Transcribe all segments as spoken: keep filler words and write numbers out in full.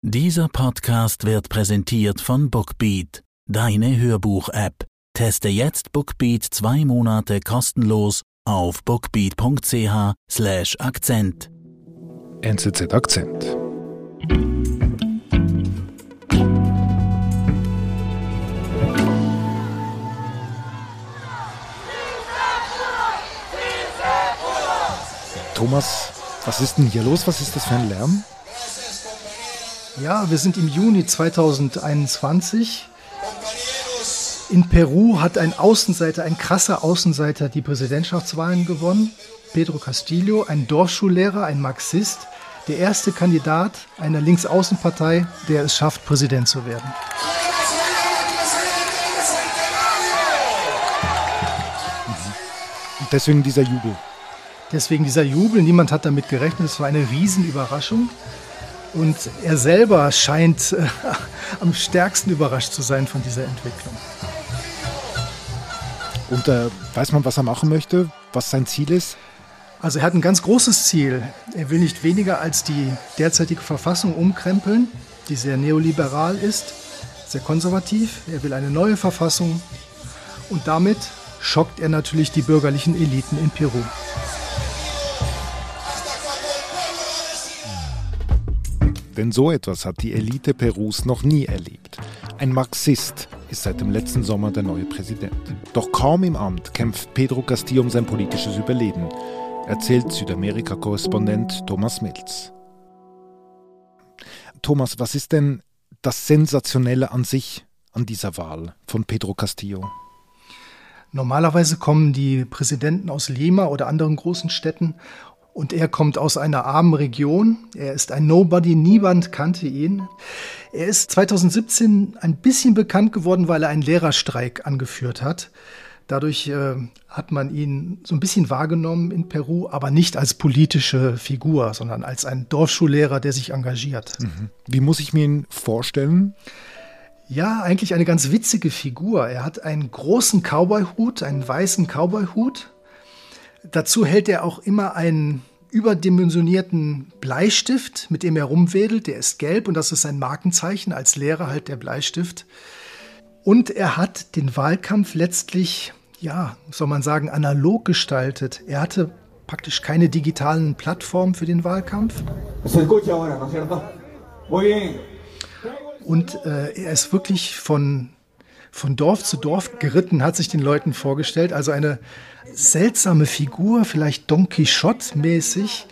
Dieser Podcast wird präsentiert von Bookbeat, deine Hörbuch-App. Teste jetzt Bookbeat zwei Monate kostenlos auf bookbeat.ch slash Akzent. N Z Z Akzent. Thomas, was ist denn hier los? Was ist das für ein Lärm? Ja, wir sind im Juni zweitausendeinundzwanzig. In Peru hat ein Außenseiter, ein krasser Außenseiter, die Präsidentschaftswahlen gewonnen. Pedro Castillo, ein Dorfschullehrer, ein Marxist, der erste Kandidat einer Linksaußenpartei, der es schafft, Präsident zu werden. Und deswegen dieser Jubel. Deswegen dieser Jubel, niemand hat damit gerechnet, es war eine Riesenüberraschung. Und er selber scheint äh, am stärksten überrascht zu sein von dieser Entwicklung. Und äh, weiß man, was er machen möchte, was sein Ziel ist? Also er hat ein ganz großes Ziel. Er will nicht weniger als die derzeitige Verfassung umkrempeln, die sehr neoliberal ist, sehr konservativ. Er will eine neue Verfassung und damit schockt er natürlich die bürgerlichen Eliten in Peru. Denn so etwas hat die Elite Perus noch nie erlebt. Ein Marxist ist seit dem letzten Sommer der neue Präsident. Doch kaum im Amt kämpft Pedro Castillo um sein politisches Überleben, erzählt Südamerika-Korrespondent Thomas Mills. Thomas, was ist denn das Sensationelle an sich an dieser Wahl von Pedro Castillo? Normalerweise kommen die Präsidenten aus Lima oder anderen großen Städten und er kommt aus einer armen Region. Er ist ein Nobody, niemand kannte ihn. Er ist zweitausendsiebzehn ein bisschen bekannt geworden, weil er einen Lehrerstreik angeführt hat. Dadurch äh, hat man ihn so ein bisschen wahrgenommen in Peru, aber nicht als politische Figur, sondern als ein Dorfschullehrer, der sich engagiert. Mhm. Wie muss ich mir ihn vorstellen? Ja, eigentlich eine ganz witzige Figur. Er hat einen großen Cowboy-Hut, einen weißen Cowboy-Hut. Dazu hält er auch immer einen überdimensionierten Bleistift, mit dem er rumwedelt. Der ist gelb und das ist sein Markenzeichen. Als Lehrer halt der Bleistift. Und er hat den Wahlkampf letztlich, ja, soll man sagen, analog gestaltet. Er hatte praktisch keine digitalen Plattformen für den Wahlkampf. Und äh, er ist wirklich von, von Dorf zu Dorf geritten, hat sich den Leuten vorgestellt. Also eine seltsame Figur, vielleicht Don Quixote-mäßig.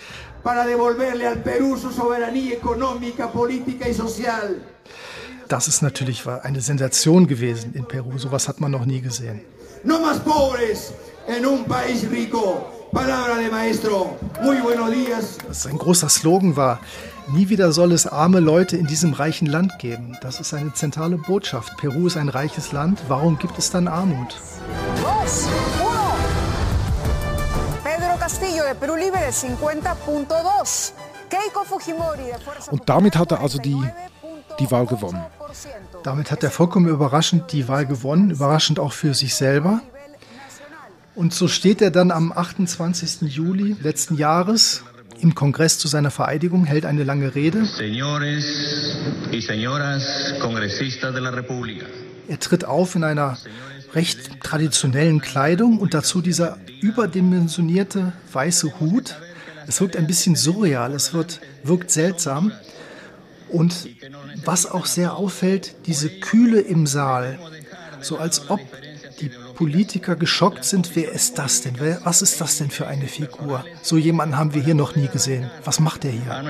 Das ist natürlich eine Sensation gewesen in Peru. Sowas hat man noch nie gesehen. No más pobres en un país rico. Palabra de maestro. Muy buenos días. Das ein großer Slogan war. Nie wieder soll es arme Leute in diesem reichen Land geben. Das ist eine zentrale Botschaft. Peru ist ein reiches Land. Warum gibt es dann Armut? Dos, uno. Pedro Castillo de Perú Libre fünfzig Punkt zwei. Keiko Fujimori de Fuerza. Und damit hat er also die, die Wahl gewonnen. Damit hat er vollkommen überraschend die Wahl gewonnen. Überraschend auch für sich selber. Und so steht er dann am achtundzwanzigsten Juli letzten Jahres im Kongress zu seiner Vereidigung, hält eine lange Rede. Señores y señoras congresistas de la República. Er tritt auf in einer recht traditionellen Kleidung und dazu dieser überdimensionierte weiße Hut. Es wirkt ein bisschen surreal, es wird, wirkt seltsam. Und was auch sehr auffällt, diese Kühle im Saal, so als ob die Politiker geschockt sind, wer ist das denn? Wer, was ist das denn für eine Figur? So jemanden haben wir hier noch nie gesehen. Was macht er hier?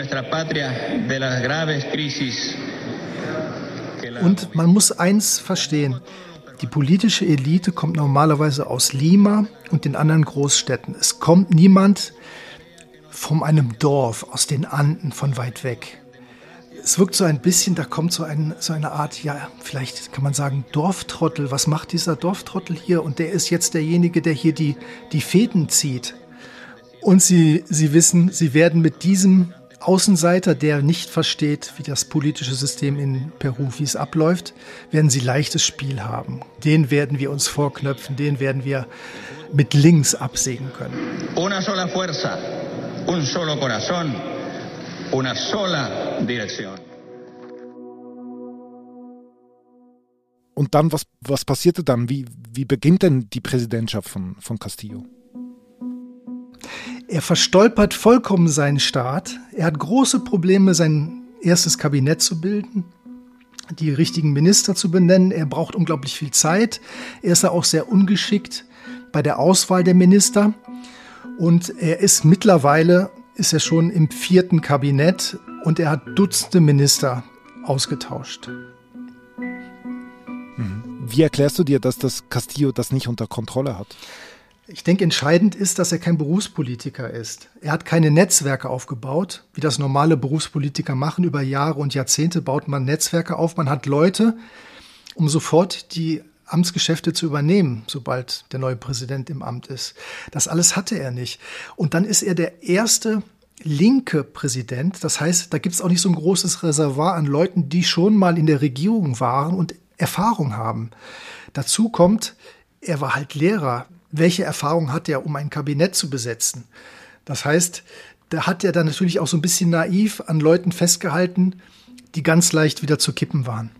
Und man muss eins verstehen. Die politische Elite kommt normalerweise aus Lima und den anderen Großstädten. Es kommt niemand von einem Dorf, aus den Anden, von weit weg. Es wirkt so ein bisschen, da kommt so, ein, so eine Art, ja, vielleicht kann man sagen, Dorftrottel. Was macht dieser Dorftrottel hier? Und der ist jetzt derjenige, der hier die, die Fäden zieht. Und sie, sie wissen, sie werden mit diesem Außenseiter, der nicht versteht, wie das politische System in Peru, wie es abläuft, werden sie leichtes Spiel haben. Den werden wir uns vorknöpfen, den werden wir mit links absägen können. Una sola fuerza, un solo corazón. Una sola dirección. Und dann, was, was passierte dann? Wie, wie beginnt denn die Präsidentschaft von, von Castillo? Er verstolpert vollkommen seinen Staat. Er hat große Probleme, sein erstes Kabinett zu bilden, die richtigen Minister zu benennen. Er braucht unglaublich viel Zeit. Er ist auch sehr ungeschickt bei der Auswahl der Minister. Und er ist mittlerweile, ist er schon im vierten Kabinett und er hat Dutzende Minister ausgetauscht. Wie erklärst du dir, dass das Castillo das nicht unter Kontrolle hat? Ich denke, entscheidend ist, dass er kein Berufspolitiker ist. Er hat keine Netzwerke aufgebaut, wie das normale Berufspolitiker machen. Über Jahre und Jahrzehnte baut man Netzwerke auf. Man hat Leute, um sofort die Amtsgeschäfte zu übernehmen, sobald der neue Präsident im Amt ist. Das alles hatte er nicht. Und dann ist er der erste linke Präsident. Das heißt, da gibt es auch nicht so ein großes Reservoir an Leuten, die schon mal in der Regierung waren und Erfahrung haben. Dazu kommt, er war halt Lehrer. Welche Erfahrung hat er, um ein Kabinett zu besetzen? Das heißt, da hat er dann natürlich auch so ein bisschen naiv an Leuten festgehalten, die ganz leicht wieder zu kippen waren.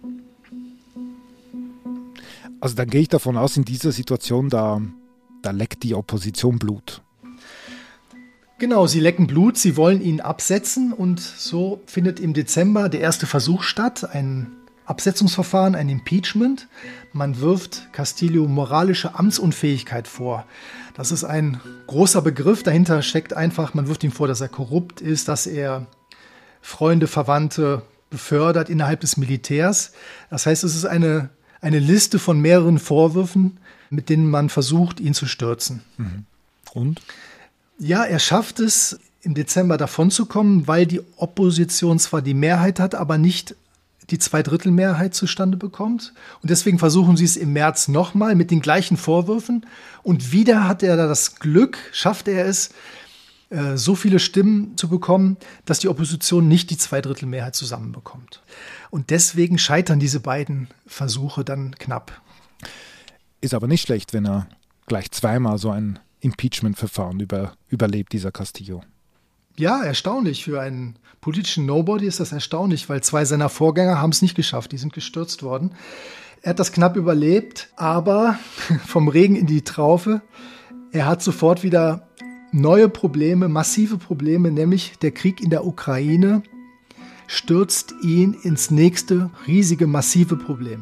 Also dann gehe ich davon aus, in dieser Situation, da, da leckt die Opposition Blut. Genau, sie lecken Blut, sie wollen ihn absetzen und so findet im Dezember der erste Versuch statt, ein Absetzungsverfahren, ein Impeachment. Man wirft Castillo moralische Amtsunfähigkeit vor. Das ist ein großer Begriff. Dahinter steckt einfach, man wirft ihm vor, dass er korrupt ist, dass er Freunde, Verwandte befördert innerhalb des Militärs. Das heißt, es ist eine, eine Liste von mehreren Vorwürfen, mit denen man versucht, ihn zu stürzen. Und? Ja, er schafft es, im Dezember davonzukommen, weil die Opposition zwar die Mehrheit hat, aber nicht die Zweidrittelmehrheit zustande bekommt. Und deswegen versuchen sie es im März nochmal mit den gleichen Vorwürfen. Und wieder hat er da das Glück, schafft er es, äh, so viele Stimmen zu bekommen, dass die Opposition nicht die Zweidrittelmehrheit zusammenbekommt. Und deswegen scheitern diese beiden Versuche dann knapp. Ist aber nicht schlecht, wenn er gleich zweimal so ein Impeachment-Verfahren über, überlebt, dieser Castillo. Ja, erstaunlich. Für einen politischen Nobody ist das erstaunlich, weil zwei seiner Vorgänger haben es nicht geschafft. Die sind gestürzt worden. Er hat das knapp überlebt, aber vom Regen in die Traufe. Er hat sofort wieder neue Probleme, massive Probleme, nämlich der Krieg in der Ukraine stürzt ihn ins nächste riesige, massive Problem.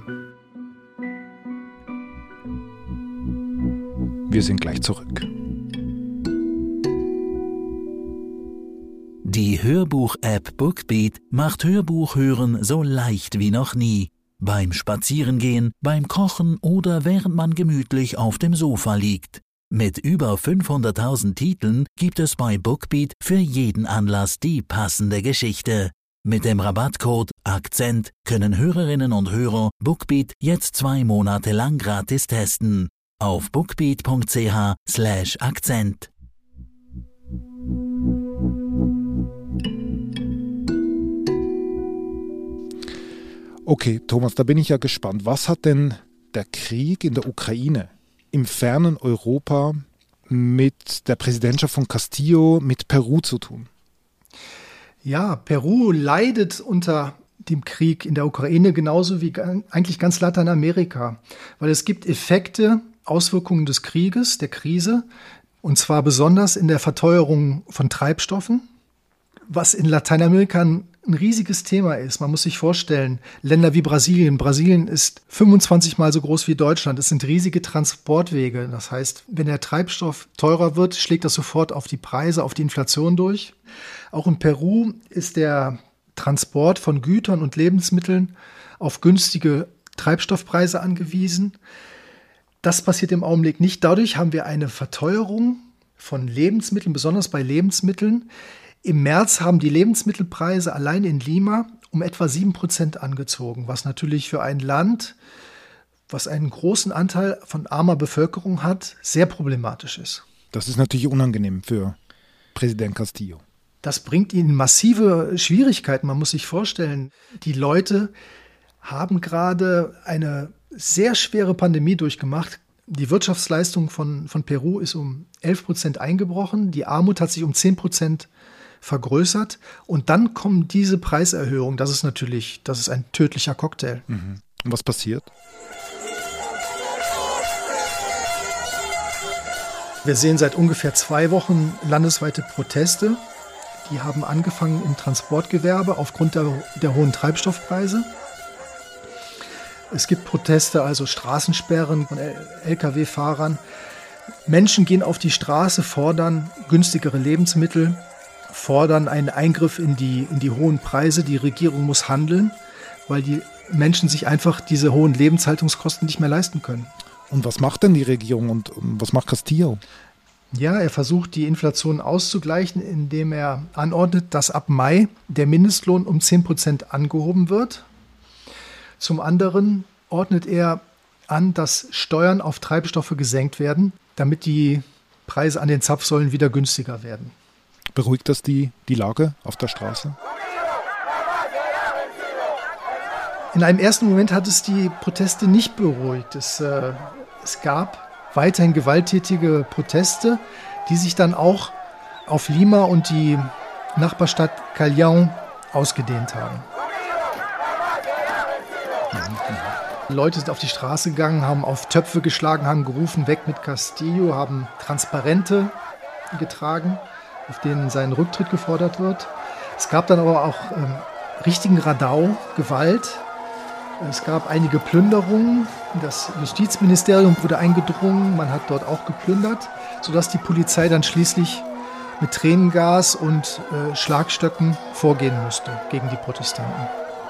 Wir sind gleich zurück. Die Hörbuch-App Bookbeat macht Hörbuchhören so leicht wie noch nie. Beim Spazierengehen, beim Kochen oder während man gemütlich auf dem Sofa liegt. Mit über fünfhunderttausend Titeln gibt es bei Bookbeat für jeden Anlass die passende Geschichte. Mit dem Rabattcode Akzent können Hörerinnen und Hörer Bookbeat jetzt zwei Monate lang gratis testen. Auf bookbeat.ch slash Akzent. Okay, Thomas, da bin ich ja gespannt. Was hat denn der Krieg in der Ukraine im fernen Europa mit der Präsidentschaft von Castillo, mit Peru zu tun? Ja, Peru leidet unter dem Krieg in der Ukraine genauso wie eigentlich ganz Lateinamerika, weil es gibt Effekte, Auswirkungen des Krieges, der Krise, und zwar besonders in der Verteuerung von Treibstoffen, was in Lateinamerika ein, ein riesiges Thema ist. Man muss sich vorstellen, Länder wie Brasilien. Brasilien ist fünfundzwanzig Mal so groß wie Deutschland. Es sind riesige Transportwege. Das heißt, wenn der Treibstoff teurer wird, schlägt das sofort auf die Preise, auf die Inflation durch. Auch in Peru ist der Transport von Gütern und Lebensmitteln auf günstige Treibstoffpreise angewiesen. Das passiert im Augenblick nicht. Dadurch haben wir eine Verteuerung von Lebensmitteln, besonders bei Lebensmitteln. Im März haben die Lebensmittelpreise allein in Lima um etwa sieben Prozent angezogen, was natürlich für ein Land, was einen großen Anteil von armer Bevölkerung hat, sehr problematisch ist. Das ist natürlich unangenehm für Präsident Castillo. Das bringt ihn massive Schwierigkeiten. Man muss sich vorstellen, die Leute haben gerade eine sehr schwere Pandemie durchgemacht. Die Wirtschaftsleistung von, von Peru ist um elf Prozent eingebrochen. Die Armut hat sich um zehn Prozent vergrößert. Und dann kommen diese Preiserhöhungen. Das ist natürlich, das ist ein tödlicher Cocktail. Mhm. Und was passiert? Wir sehen seit ungefähr zwei Wochen landesweite Proteste. Die haben angefangen im Transportgewerbe aufgrund der, der hohen Treibstoffpreise. Es gibt Proteste, also Straßensperren von L K W-Fahrern. Menschen gehen auf die Straße, fordern günstigere Lebensmittel, fordern einen Eingriff in die, in die hohen Preise. Die Regierung muss handeln, weil die Menschen sich einfach diese hohen Lebenshaltungskosten nicht mehr leisten können. Und was macht denn die Regierung und was macht Castillo? Ja, er versucht, die Inflation auszugleichen, indem er anordnet, dass ab Mai der Mindestlohn um zehn Prozent angehoben wird. Zum anderen ordnet er an, dass Steuern auf Treibstoffe gesenkt werden, damit die Preise an den Zapfsäulen wieder günstiger werden. Beruhigt das die, die Lage auf der Straße? In einem ersten Moment hat es die Proteste nicht beruhigt. Es, äh, es gab weiterhin gewalttätige Proteste, die sich dann auch auf Lima und die Nachbarstadt Callao ausgedehnt haben. Mhm. Leute sind auf die Straße gegangen, haben auf Töpfe geschlagen, haben gerufen, weg mit Castillo, haben Transparente getragen, auf denen sein Rücktritt gefordert wird. Es gab dann aber auch ähm, richtigen Radau, Gewalt. Es gab einige Plünderungen. Das Justizministerium wurde eingedrungen. Man hat dort auch geplündert, sodass die Polizei dann schließlich mit Tränengas und äh, Schlagstöcken vorgehen musste gegen die Protestanten.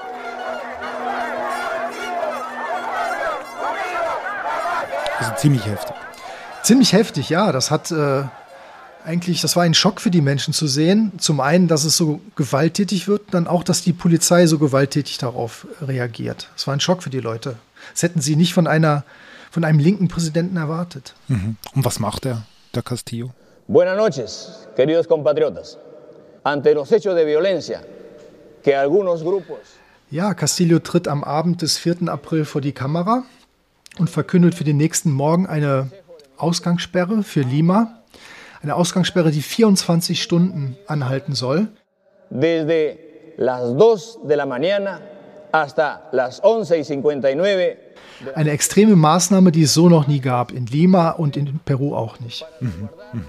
Also ziemlich heftig. Ziemlich heftig, ja. Das hat äh, eigentlich, das war ein Schock für die Menschen zu sehen. Zum einen, dass es so gewalttätig wird, dann auch, dass die Polizei so gewalttätig darauf reagiert. Es war ein Schock für die Leute. Das hätten sie nicht von einer, von einem linken Präsidenten erwartet. Mhm. Und was macht er, der Castillo? Buenas noches, queridos compatriotas. Ante los hechos de violencia que algunos grupos. Ja, Castillo tritt am Abend des vierten April vor die Kamera und verkündet für den nächsten Morgen eine Ausgangssperre für Lima. Eine Ausgangssperre, die vierundzwanzig Stunden anhalten soll. Desde las dos de la mañana hasta las once y cincuenta y nueve. Eine extreme Maßnahme, die es so noch nie gab, in Lima und in Peru auch nicht. Mhm. Mhm.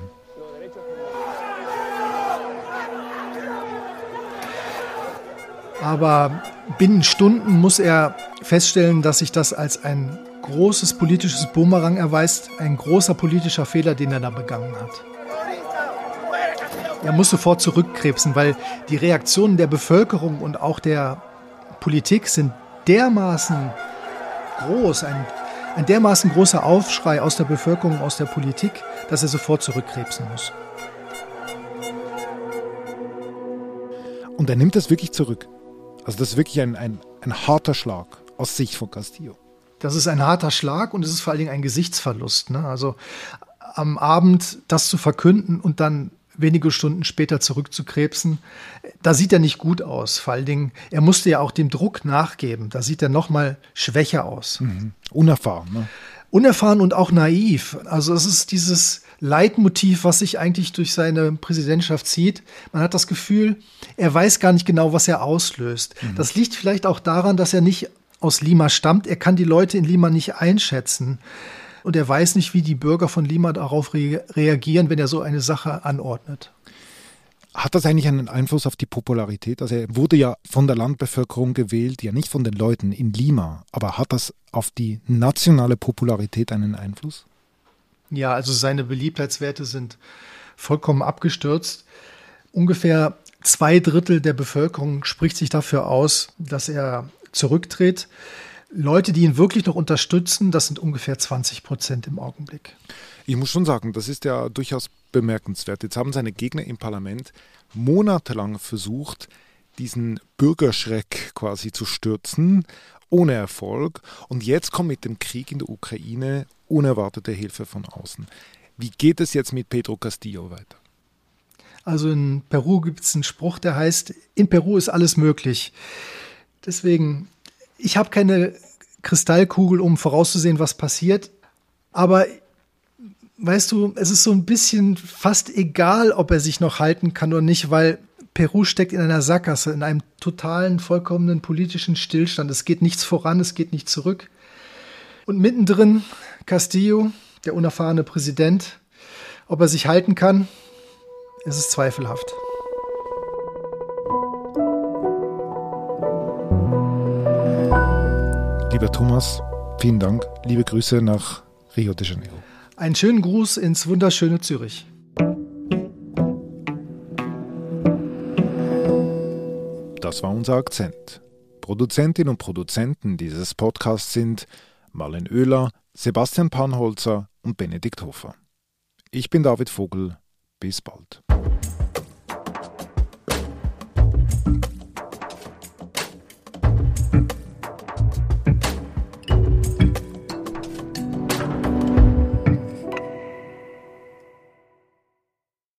Aber binnen Stunden muss er feststellen, dass sich das als ein großes politisches Bumerang erweist, ein großer politischer Fehler, den er da begangen hat. Er muss sofort zurückkrebsen, weil die Reaktionen der Bevölkerung und auch der Politik sind dermaßen groß, ein, ein dermaßen großer Aufschrei aus der Bevölkerung, aus der Politik, dass er sofort zurückkrebsen muss. Und er nimmt es wirklich zurück. Also das ist wirklich ein, ein, ein harter Schlag aus Sicht von Castillo. Das ist ein harter Schlag und es ist vor allen Dingen ein Gesichtsverlust. Ne? Also am Abend das zu verkünden und dann wenige Stunden später zurückzukrebsen, da sieht er nicht gut aus. Vor allen Dingen, er musste ja auch dem Druck nachgeben. Da sieht er noch mal schwächer aus. Mhm. Unerfahren. Ne? Unerfahren und auch naiv. Also es ist dieses Leitmotiv, was sich eigentlich durch seine Präsidentschaft zieht. Man hat das Gefühl, er weiß gar nicht genau, was er auslöst. Mhm. Das liegt vielleicht auch daran, dass er nicht aus Lima stammt. Er kann die Leute in Lima nicht einschätzen. Und er weiß nicht, wie die Bürger von Lima darauf re- reagieren, wenn er so eine Sache anordnet. Hat das eigentlich einen Einfluss auf die Popularität? Also er wurde ja von der Landbevölkerung gewählt, ja nicht von den Leuten in Lima. Aber hat das auf die nationale Popularität einen Einfluss? Ja, also seine Beliebtheitswerte sind vollkommen abgestürzt. Ungefähr zwei Drittel der Bevölkerung spricht sich dafür aus, dass er zurücktritt. Leute, die ihn wirklich noch unterstützen, das sind ungefähr zwanzig Prozent im Augenblick. Ich muss schon sagen, das ist ja durchaus bemerkenswert. Jetzt haben seine Gegner im Parlament monatelang versucht, diesen Bürgerschreck quasi zu stürzen, ohne Erfolg. Und jetzt kommt mit dem Krieg in der Ukraine unerwartete Hilfe von außen. Wie geht es jetzt mit Pedro Castillo weiter? Also in Peru gibt es einen Spruch, der heißt, in Peru ist alles möglich. Deswegen, ich habe keine Kristallkugel, um vorauszusehen, was passiert. Aber weißt du, es ist so ein bisschen fast egal, ob er sich noch halten kann oder nicht, weil Peru steckt in einer Sackgasse, in einem totalen, vollkommenen politischen Stillstand. Es geht nichts voran, es geht nicht zurück. Und mittendrin Castillo, der unerfahrene Präsident, Ob er sich halten kann, ist es zweifelhaft. Lieber Thomas, vielen Dank. Liebe Grüße nach Rio de Janeiro. Einen schönen Gruß ins wunderschöne Zürich. Das war unser Akzent. Produzentinnen und Produzenten dieses Podcasts sind Marlen Oehler, Sebastian Panholzer und Benedikt Hofer. Ich bin David Vogel. Bis bald.